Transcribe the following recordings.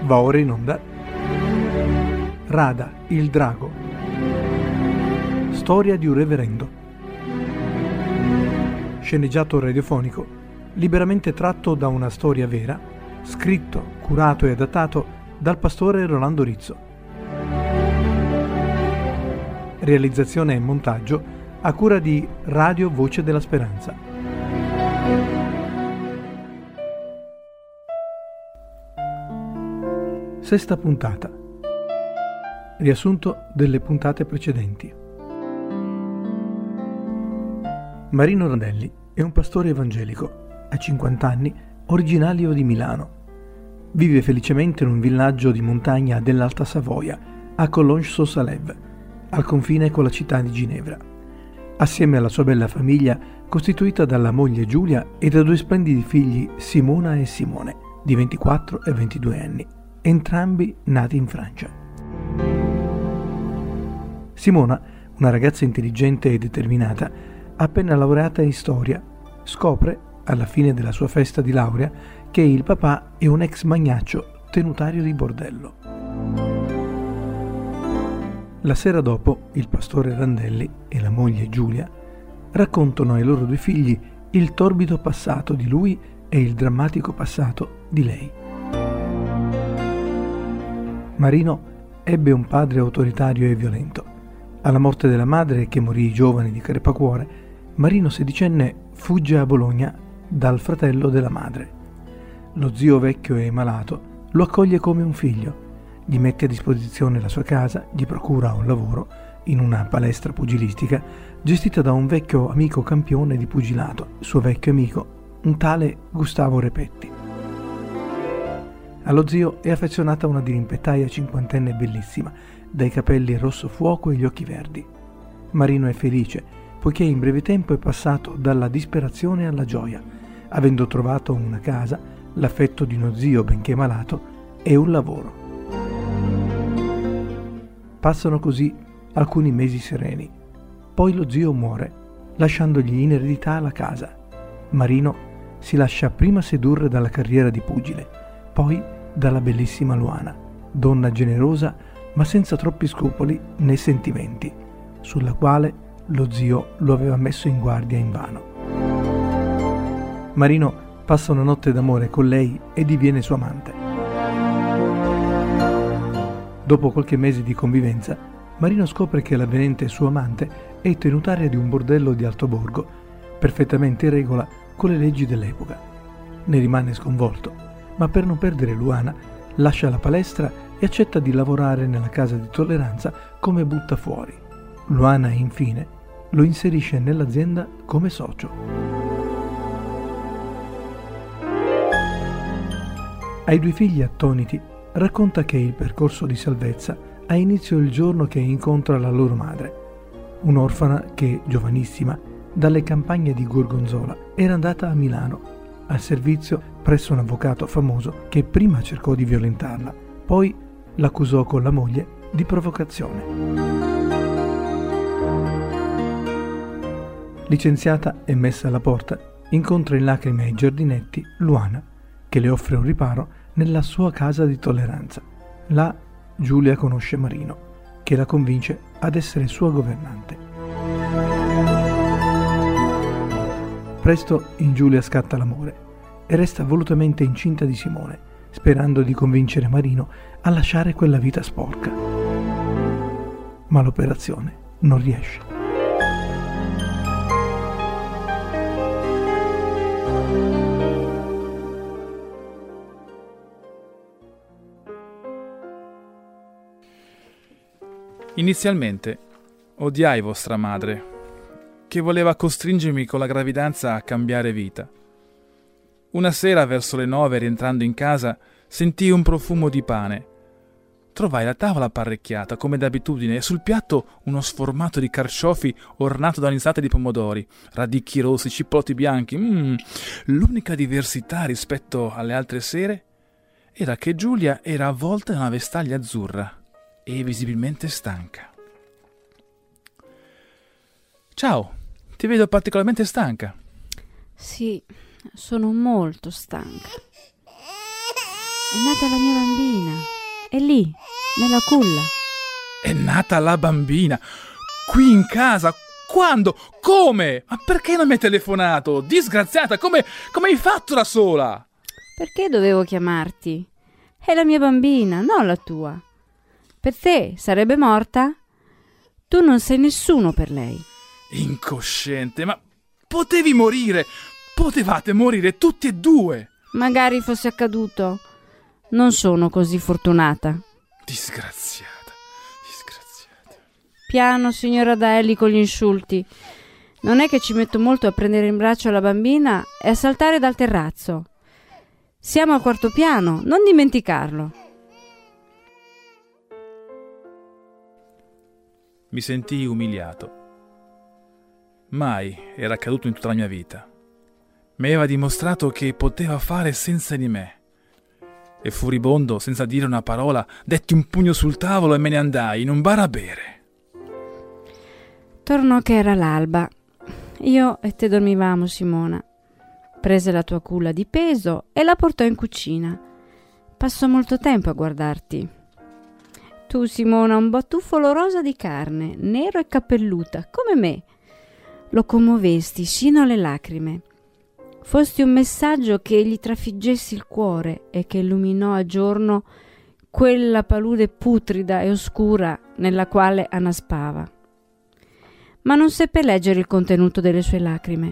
Va ora in onda Rada, il drago. Storia di un reverendo. Sceneggiato radiofonico, liberamente tratto da una storia vera, scritto, curato e adattato dal pastore Rolando Rizzo. Realizzazione e montaggio a cura di Radio Voce della Speranza. Sesta puntata. Riassunto delle puntate precedenti. Marino Randelli è un pastore evangelico, ha 50 anni, originario di Milano. Vive felicemente in un villaggio di montagna dell'Alta Savoia, a Collonges-sur-Salève, al confine con la città di Ginevra. Assieme alla sua bella famiglia, costituita dalla moglie Giulia e da due splendidi figli, Simona e Simone, di 24 e 22 anni, entrambi nati in Francia. Simona, una ragazza intelligente e determinata, appena laureata in storia, scopre, alla fine della sua festa di laurea, che il papà è un ex magnaccio tenutario di bordello. La sera dopo, il pastore Randelli e la moglie Giulia raccontano ai loro due figli il torbido passato di lui e il drammatico passato di lei. Marino ebbe un padre autoritario e violento. Alla morte della madre, che morì giovane di crepacuore, Marino sedicenne fugge a Bologna dal fratello della madre. Lo zio vecchio e malato lo accoglie come un figlio, gli mette a disposizione la sua casa, gli procura un lavoro in una palestra pugilistica gestita da un vecchio amico campione di pugilato, suo vecchio amico, un tale Gustavo Repetti. Allo zio è affezionata una dirimpettaia cinquantenne bellissima, dai capelli rosso fuoco e gli occhi verdi. Marino è felice, poiché in breve tempo è passato dalla disperazione alla gioia, avendo trovato una casa, l'affetto di uno zio benché malato e un lavoro. Passano così alcuni mesi sereni. Poi lo zio muore, lasciandogli in eredità la casa. Marino si lascia prima sedurre dalla carriera di pugile, poi dalla bellissima Luana, donna generosa ma senza troppi scrupoli né sentimenti, sulla quale lo zio lo aveva messo in guardia invano. Marino passa una notte d'amore con lei e diviene sua amante. Dopo qualche mese di convivenza, Marino scopre che l'avvenente sua amante è tenutaria di un bordello di Altoborgo, perfettamente in regola con le leggi dell'epoca. Ne rimane sconvolto, ma per non perdere Luana lascia la palestra e accetta di lavorare nella casa di tolleranza come buttafuori. Luana, infine, lo inserisce nell'azienda come socio. Ai due figli attoniti racconta che il percorso di salvezza ha inizio il giorno che incontra la loro madre, un'orfana che, giovanissima, dalle campagne di Gorgonzola era andata a Milano al servizio presso un avvocato famoso che prima cercò di violentarla, poi l'accusò con la moglie di provocazione. Licenziata e messa alla porta, incontra in lacrime ai giardinetti Luana, che le offre un riparo nella sua casa di tolleranza. Là Giulia conosce Marino, che la convince ad essere sua governante. Presto in Giulia scatta l'amore e resta volutamente incinta di Simone, sperando di convincere Marino a lasciare quella vita sporca. Ma l'operazione non riesce. Inizialmente odiai vostra madre, che voleva costringermi con la gravidanza a cambiare vita. Una sera verso le 9, rientrando in casa, sentii un profumo di pane. Trovai la tavola apparecchiata come d'abitudine e sul piatto uno sformato di carciofi ornato da un'insalata di pomodori, radicchi rossi, cipolloti bianchi. L'unica diversità rispetto alle altre sere era che Giulia era avvolta in una vestaglia azzurra e visibilmente stanca. Ciao, ti vedo particolarmente stanca. Sì, sono molto stanca. È nata la mia bambina. È lì, nella culla. È nata la bambina? Qui in casa? Quando? Come? Ma perché non mi hai telefonato? Disgraziata, come hai fatto da sola? Perché dovevo chiamarti? È la mia bambina, non la tua. Per te sarebbe morta? Tu non sei nessuno per lei. Incosciente, ma potevi morire! Potevate morire tutti e due! Magari fosse accaduto. Non sono così fortunata. Disgraziata. Piano, signora Daeli, con gli insulti. Non è che ci metto molto a prendere in braccio la bambina e a saltare dal terrazzo. Siamo al quarto piano, non dimenticarlo. Mi sentii umiliato. Mai era accaduto in tutta la mia vita. Mi aveva dimostrato che poteva fare senza di me. E furibondo, senza dire una parola, detti un pugno sul tavolo e me ne andai in un bar a bere. Tornò che era l'alba. Io e te dormivamo, Simona. Prese la tua culla di peso e la portò in cucina. Passò molto tempo a guardarti. Tu, Simona, un batuffolo rosa di carne, nero e cappelluta, come me. Lo commovesti sino alle lacrime. Fosti un messaggio che gli trafiggessi il cuore e che illuminò a giorno quella palude putrida e oscura nella quale annaspava. Ma non seppe leggere il contenuto delle sue lacrime.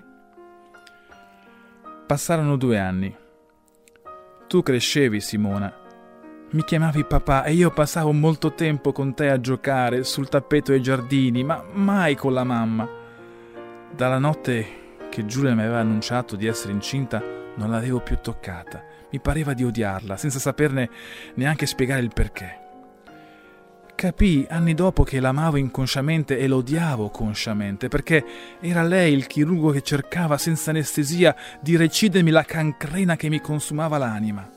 Passarono 2 anni. Tu crescevi, Simona. Mi chiamavi papà e io passavo molto tempo con te a giocare sul tappeto ai giardini, ma mai con la mamma. Dalla notte che Giulia mi aveva annunciato di essere incinta non l'avevo più toccata. Mi pareva di odiarla, senza saperne neanche spiegare il perché. Capii anni dopo che l'amavo inconsciamente e l'odiavo consciamente, perché era lei il chirurgo che cercava senza anestesia di recidermi la cancrena che mi consumava l'anima.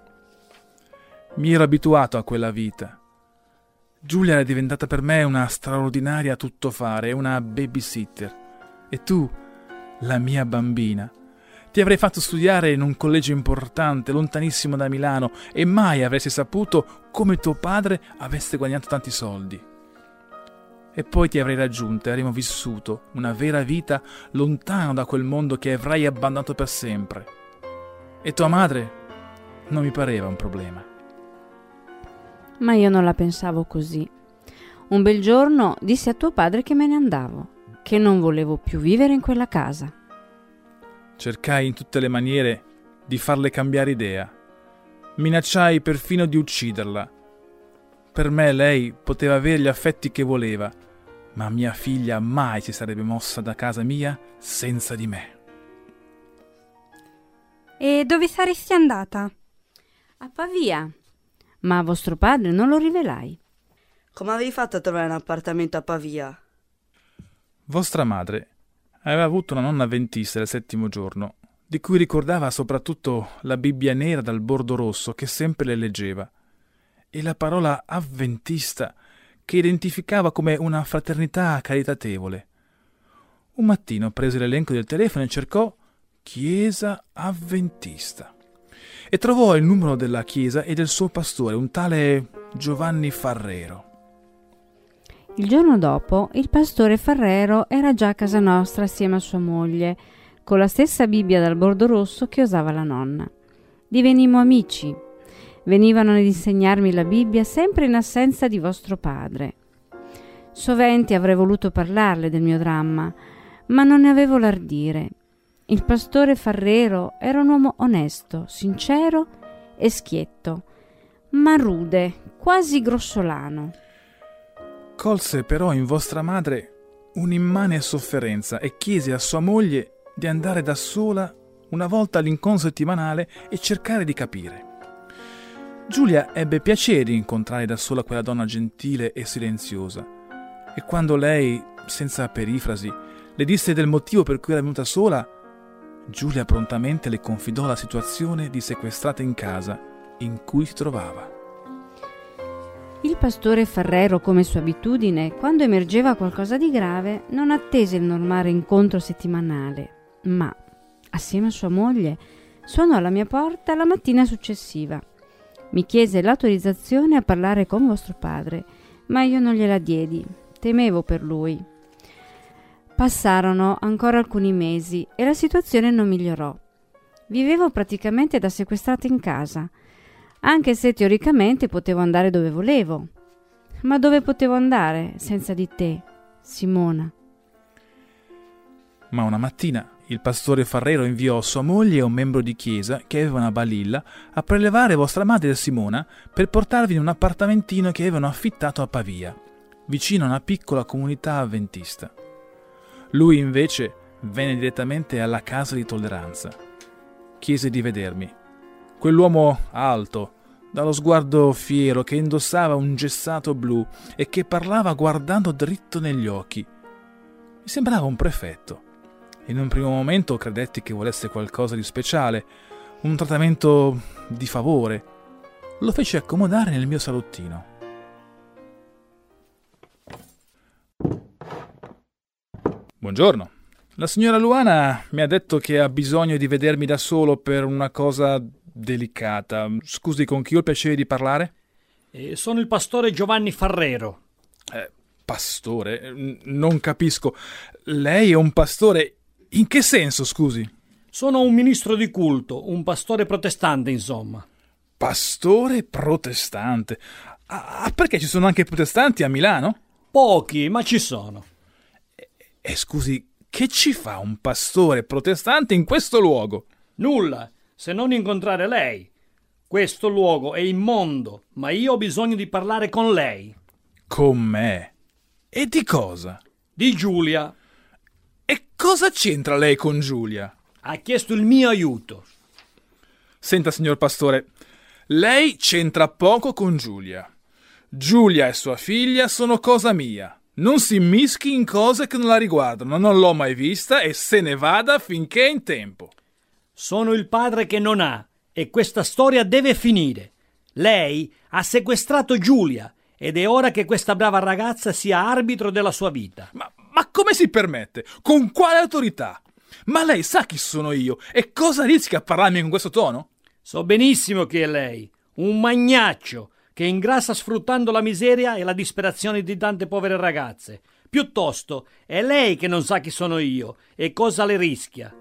Mi ero abituato a quella vita. Giulia era diventata per me una straordinaria tuttofare, una babysitter. E tu, la mia bambina, ti avrei fatto studiare in un collegio importante, lontanissimo da Milano, e mai avresti saputo come tuo padre avesse guadagnato tanti soldi. E poi ti avrei raggiunta e avremmo vissuto una vera vita lontano da quel mondo che avrai abbandonato per sempre. E tua madre non mi pareva un problema. Ma io non la pensavo così. Un bel giorno dissi a tuo padre che me ne andavo, che non volevo più vivere in quella casa. Cercai in tutte le maniere di farle cambiare idea. Minacciai perfino di ucciderla. Per me lei poteva avere gli affetti che voleva, ma mia figlia mai si sarebbe mossa da casa mia senza di me. E dove saresti andata? A Pavia. Ma a vostro padre non lo rivelai. Come avevi fatto a trovare un appartamento a Pavia? Vostra madre aveva avuto una nonna avventista del 7° giorno, di cui ricordava soprattutto la Bibbia nera dal bordo rosso che sempre le leggeva, e la parola avventista che identificava come una fraternità caritatevole. Un mattino prese l'elenco del telefono e cercò Chiesa Avventista e trovò il numero della chiesa e del suo pastore, un tale Giovanni Farrero. Il giorno dopo il pastore Farrero era già a casa nostra assieme a sua moglie, con la stessa Bibbia dal bordo rosso che usava la nonna. Divenimmo amici. Venivano ad insegnarmi la Bibbia sempre in assenza di vostro padre. Sovente avrei voluto parlarle del mio dramma, ma non ne avevo l'ardire. Il pastore Farrero era un uomo onesto, sincero e schietto, ma rude, quasi grossolano. Colse però in vostra madre un'immane sofferenza e chiese a sua moglie di andare da sola una volta all'incontro settimanale e cercare di capire. Giulia ebbe piacere di incontrare da sola quella donna gentile e silenziosa, e quando lei, senza perifrasi, le disse del motivo per cui era venuta sola, Giulia prontamente le confidò la situazione di sequestrata in casa in cui si trovava. Il pastore Farrero, come sua abitudine, quando emergeva qualcosa di grave, non attese il normale incontro settimanale, ma, assieme a sua moglie, suonò alla mia porta la mattina successiva Mi chiese l'autorizzazione a parlare con vostro padre, ma io non gliela diedi. Temevo per lui. Passarono ancora alcuni mesi e la situazione non migliorò. Vivevo praticamente da sequestrata in casa, anche se teoricamente potevo andare dove volevo. Ma dove potevo andare senza di te, Simona? Ma una mattina il pastore Farrero inviò sua moglie e un membro di chiesa che aveva una balilla a prelevare vostra madre Simona per portarvi in un appartamentino che avevano affittato a Pavia, vicino a una piccola comunità avventista. Lui invece venne direttamente alla casa di tolleranza. Chiese di vedermi. Quell'uomo alto, dallo sguardo fiero, che indossava un gessato blu e che parlava guardando dritto negli occhi. Mi sembrava un prefetto. In un primo momento credetti che volesse qualcosa di speciale, un trattamento di favore. Lo feci accomodare nel mio salottino. Buongiorno. La signora Luana mi ha detto che ha bisogno di vedermi da solo per una cosa delicata. Scusi, con chi ho il piacere di parlare? Sono il pastore Giovanni Farrero. Pastore? Non capisco. Lei è un pastore? In che senso, scusi? Sono un ministro di culto, un pastore protestante, insomma. Pastore protestante? Perché ci sono anche protestanti a Milano? Pochi, ma ci sono. E scusi, che ci fa un pastore protestante in questo luogo? Nulla, se non incontrare lei. Questo luogo è immondo, ma io ho bisogno di parlare con lei. Con me? E di cosa? Di Giulia. E cosa c'entra lei con Giulia? Ha chiesto il mio aiuto. Senta, signor pastore, lei c'entra poco con Giulia. Giulia e sua figlia sono cosa mia. Non si immischi in cose che non la riguardano. Non l'ho mai vista e se ne vada finché è in tempo. Sono il padre che non ha e questa storia deve finire. Lei ha sequestrato Giulia ed è ora che questa brava ragazza sia arbitro della sua vita. Ma come si permette? Con quale autorità? Ma lei sa chi sono io e cosa rischia a parlarmi con questo tono? So benissimo chi è lei, un magnaccio che ingrassa sfruttando la miseria e la disperazione di tante povere ragazze. Piuttosto è lei che non sa chi sono io e cosa le rischia.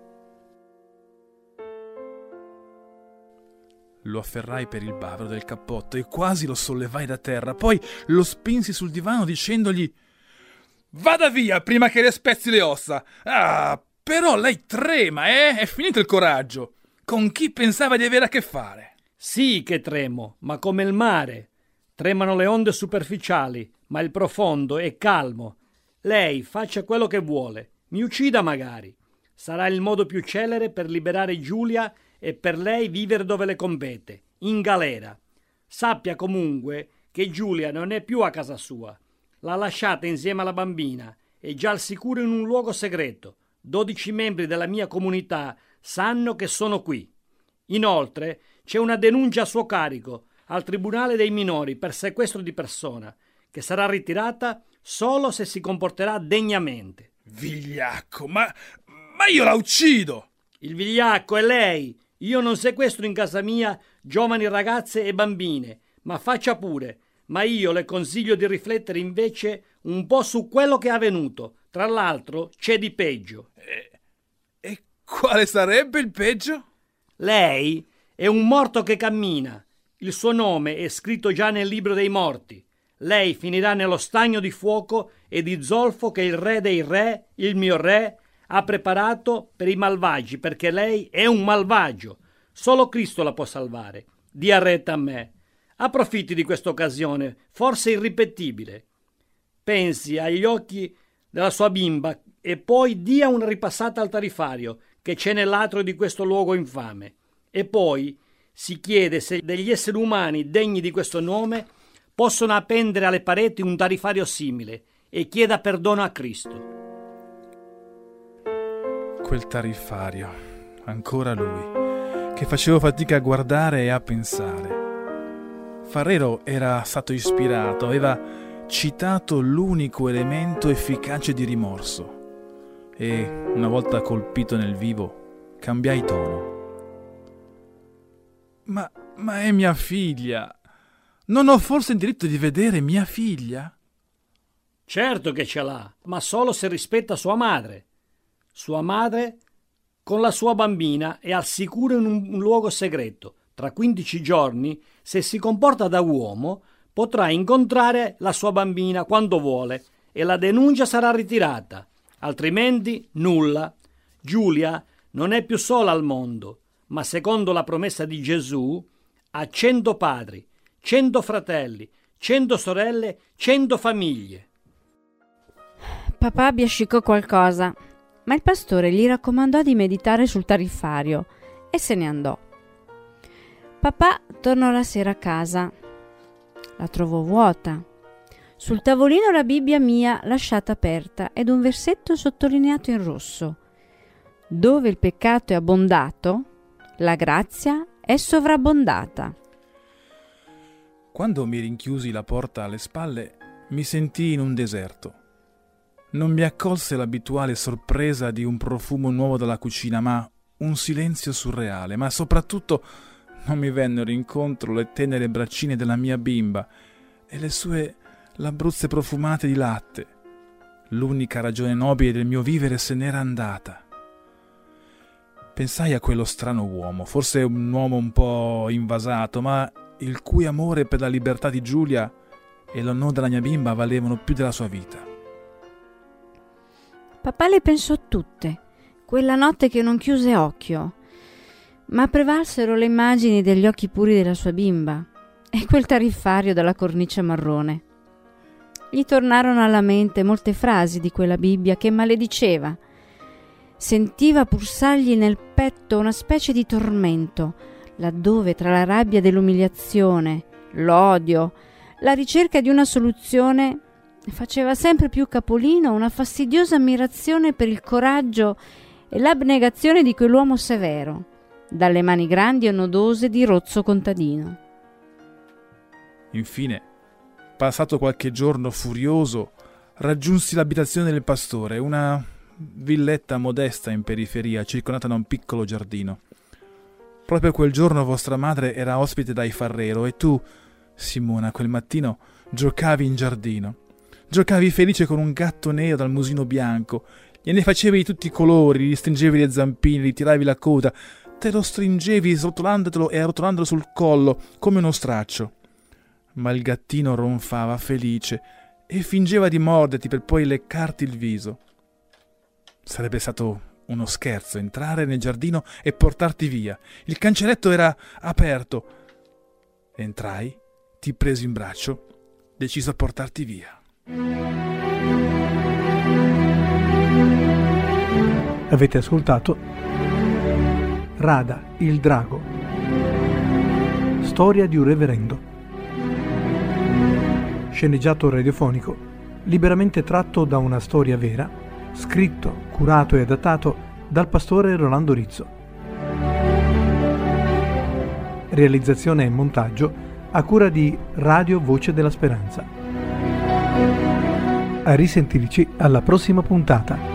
Lo afferrai per il bavero del cappotto e quasi lo sollevai da terra. Poi lo spinsi sul divano dicendogli: «Vada via prima che le spezzi le ossa!» «Ah, però lei trema, eh? È finito il coraggio! Con chi pensava di avere a che fare?» Sì che tremo, ma come il mare. Tremano le onde superficiali, ma il profondo è calmo. Lei faccia quello che vuole, mi uccida magari. Sarà il modo più celere per liberare Giulia e per lei vivere dove le compete, in galera. Sappia comunque che Giulia non è più a casa sua. L'ha lasciata insieme alla bambina, è già al sicuro in un luogo segreto. 12 membri della mia comunità sanno che sono qui. Inoltre c'è una denuncia a suo carico al Tribunale dei minori per sequestro di persona, che sarà ritirata solo se si comporterà degnamente. Vigliacco, ma io la uccido! Il vigliacco è lei. Io non sequestro in casa mia giovani ragazze e bambine, ma faccia pure. Ma io le consiglio di riflettere invece un po' su quello che è avvenuto. Tra l'altro c'è di peggio. E quale sarebbe il peggio? Lei è un morto che cammina. Il suo nome è scritto già nel libro dei morti. Lei finirà nello stagno di fuoco e di zolfo che il re dei re, il mio re, ha preparato per i malvagi, perché lei è un malvagio. Solo Cristo la può salvare. Dia retta a me. Approfitti di questa occasione, forse irripetibile. Pensi agli occhi della sua bimba e poi dia una ripassata al tarifario che c'è nell'atrio di questo luogo infame. E poi si chiede se degli esseri umani degni di questo nome possono appendere alle pareti un tarifario simile e chieda perdono a Cristo. Quel tarifario, ancora lui, che facevo fatica a guardare e a pensare. Farrero era stato ispirato, aveva citato l'unico elemento efficace di rimorso e, una volta colpito nel vivo, cambiai tono. Ma è mia figlia. Non ho forse il diritto di vedere mia figlia? Certo che ce l'ha, ma solo se rispetta sua madre. Sua madre con la sua bambina è al sicuro in un luogo segreto. Tra 15 giorni, se si comporta da uomo, potrà incontrare la sua bambina quando vuole e la denuncia sarà ritirata. Altrimenti nulla. Giulia non è più sola al mondo, ma secondo la promessa di Gesù ha 100 padri, 100 fratelli, 100 sorelle, 100 famiglie. Papà biascicò qualcosa, ma il pastore gli raccomandò di meditare sul tariffario e se ne andò. Papà tornò la sera a casa. La trovò vuota. Sul tavolino la Bibbia mia lasciata aperta ed un versetto sottolineato in rosso. Dove il peccato è abbondato, la grazia è sovrabbondata. Quando mi rinchiusi la porta alle spalle, mi sentii in un deserto. Non mi accolse l'abituale sorpresa di un profumo nuovo dalla cucina, ma un silenzio surreale, ma soprattutto non mi vennero incontro le tenere braccine della mia bimba e le sue labbruzze profumate di latte. L'unica ragione nobile del mio vivere se n'era andata. Pensai a quello strano uomo, forse un uomo un po' invasato, ma il cui amore per la libertà di Giulia e l'onore della mia bimba valevano più della sua vita. Papà le pensò tutte, quella notte che non chiuse occhio, ma prevalsero le immagini degli occhi puri della sua bimba e quel tariffario dalla cornice marrone. Gli tornarono alla mente molte frasi di quella Bibbia che malediceva. Sentiva pulsargli nel petto una specie di tormento, laddove tra la rabbia dell'umiliazione, l'odio, la ricerca di una soluzione faceva sempre più capolino una fastidiosa ammirazione per il coraggio e l'abnegazione di quell'uomo severo, dalle mani grandi e nodose di rozzo contadino. Infine, passato qualche giorno furioso, raggiunsi l'abitazione del pastore, una villetta modesta in periferia, circondata da un piccolo giardino. Proprio quel giorno vostra madre era ospite dai Farrero e tu, Simona, quel mattino giocavi in giardino. Giocavi felice con un gatto nero dal musino bianco, gliene facevi di tutti i colori, gli stringevi le zampine, gli tiravi la coda, te lo stringevi srotolandotelo e arrotolandolo sul collo come uno straccio. Ma il gattino ronfava felice e fingeva di morderti per poi leccarti il viso. Sarebbe stato uno scherzo entrare nel giardino e portarti via. Il cancelletto era aperto. Entrai, ti presi in braccio, deciso a portarti via. Avete ascoltato Rada, il drago. Storia di un reverendo. Sceneggiato radiofonico, liberamente tratto da una storia vera, scritto, curato e adattato dal pastore Rolando Rizzo. Realizzazione e montaggio a cura di Radio Voce della Speranza. A risentirci alla prossima puntata.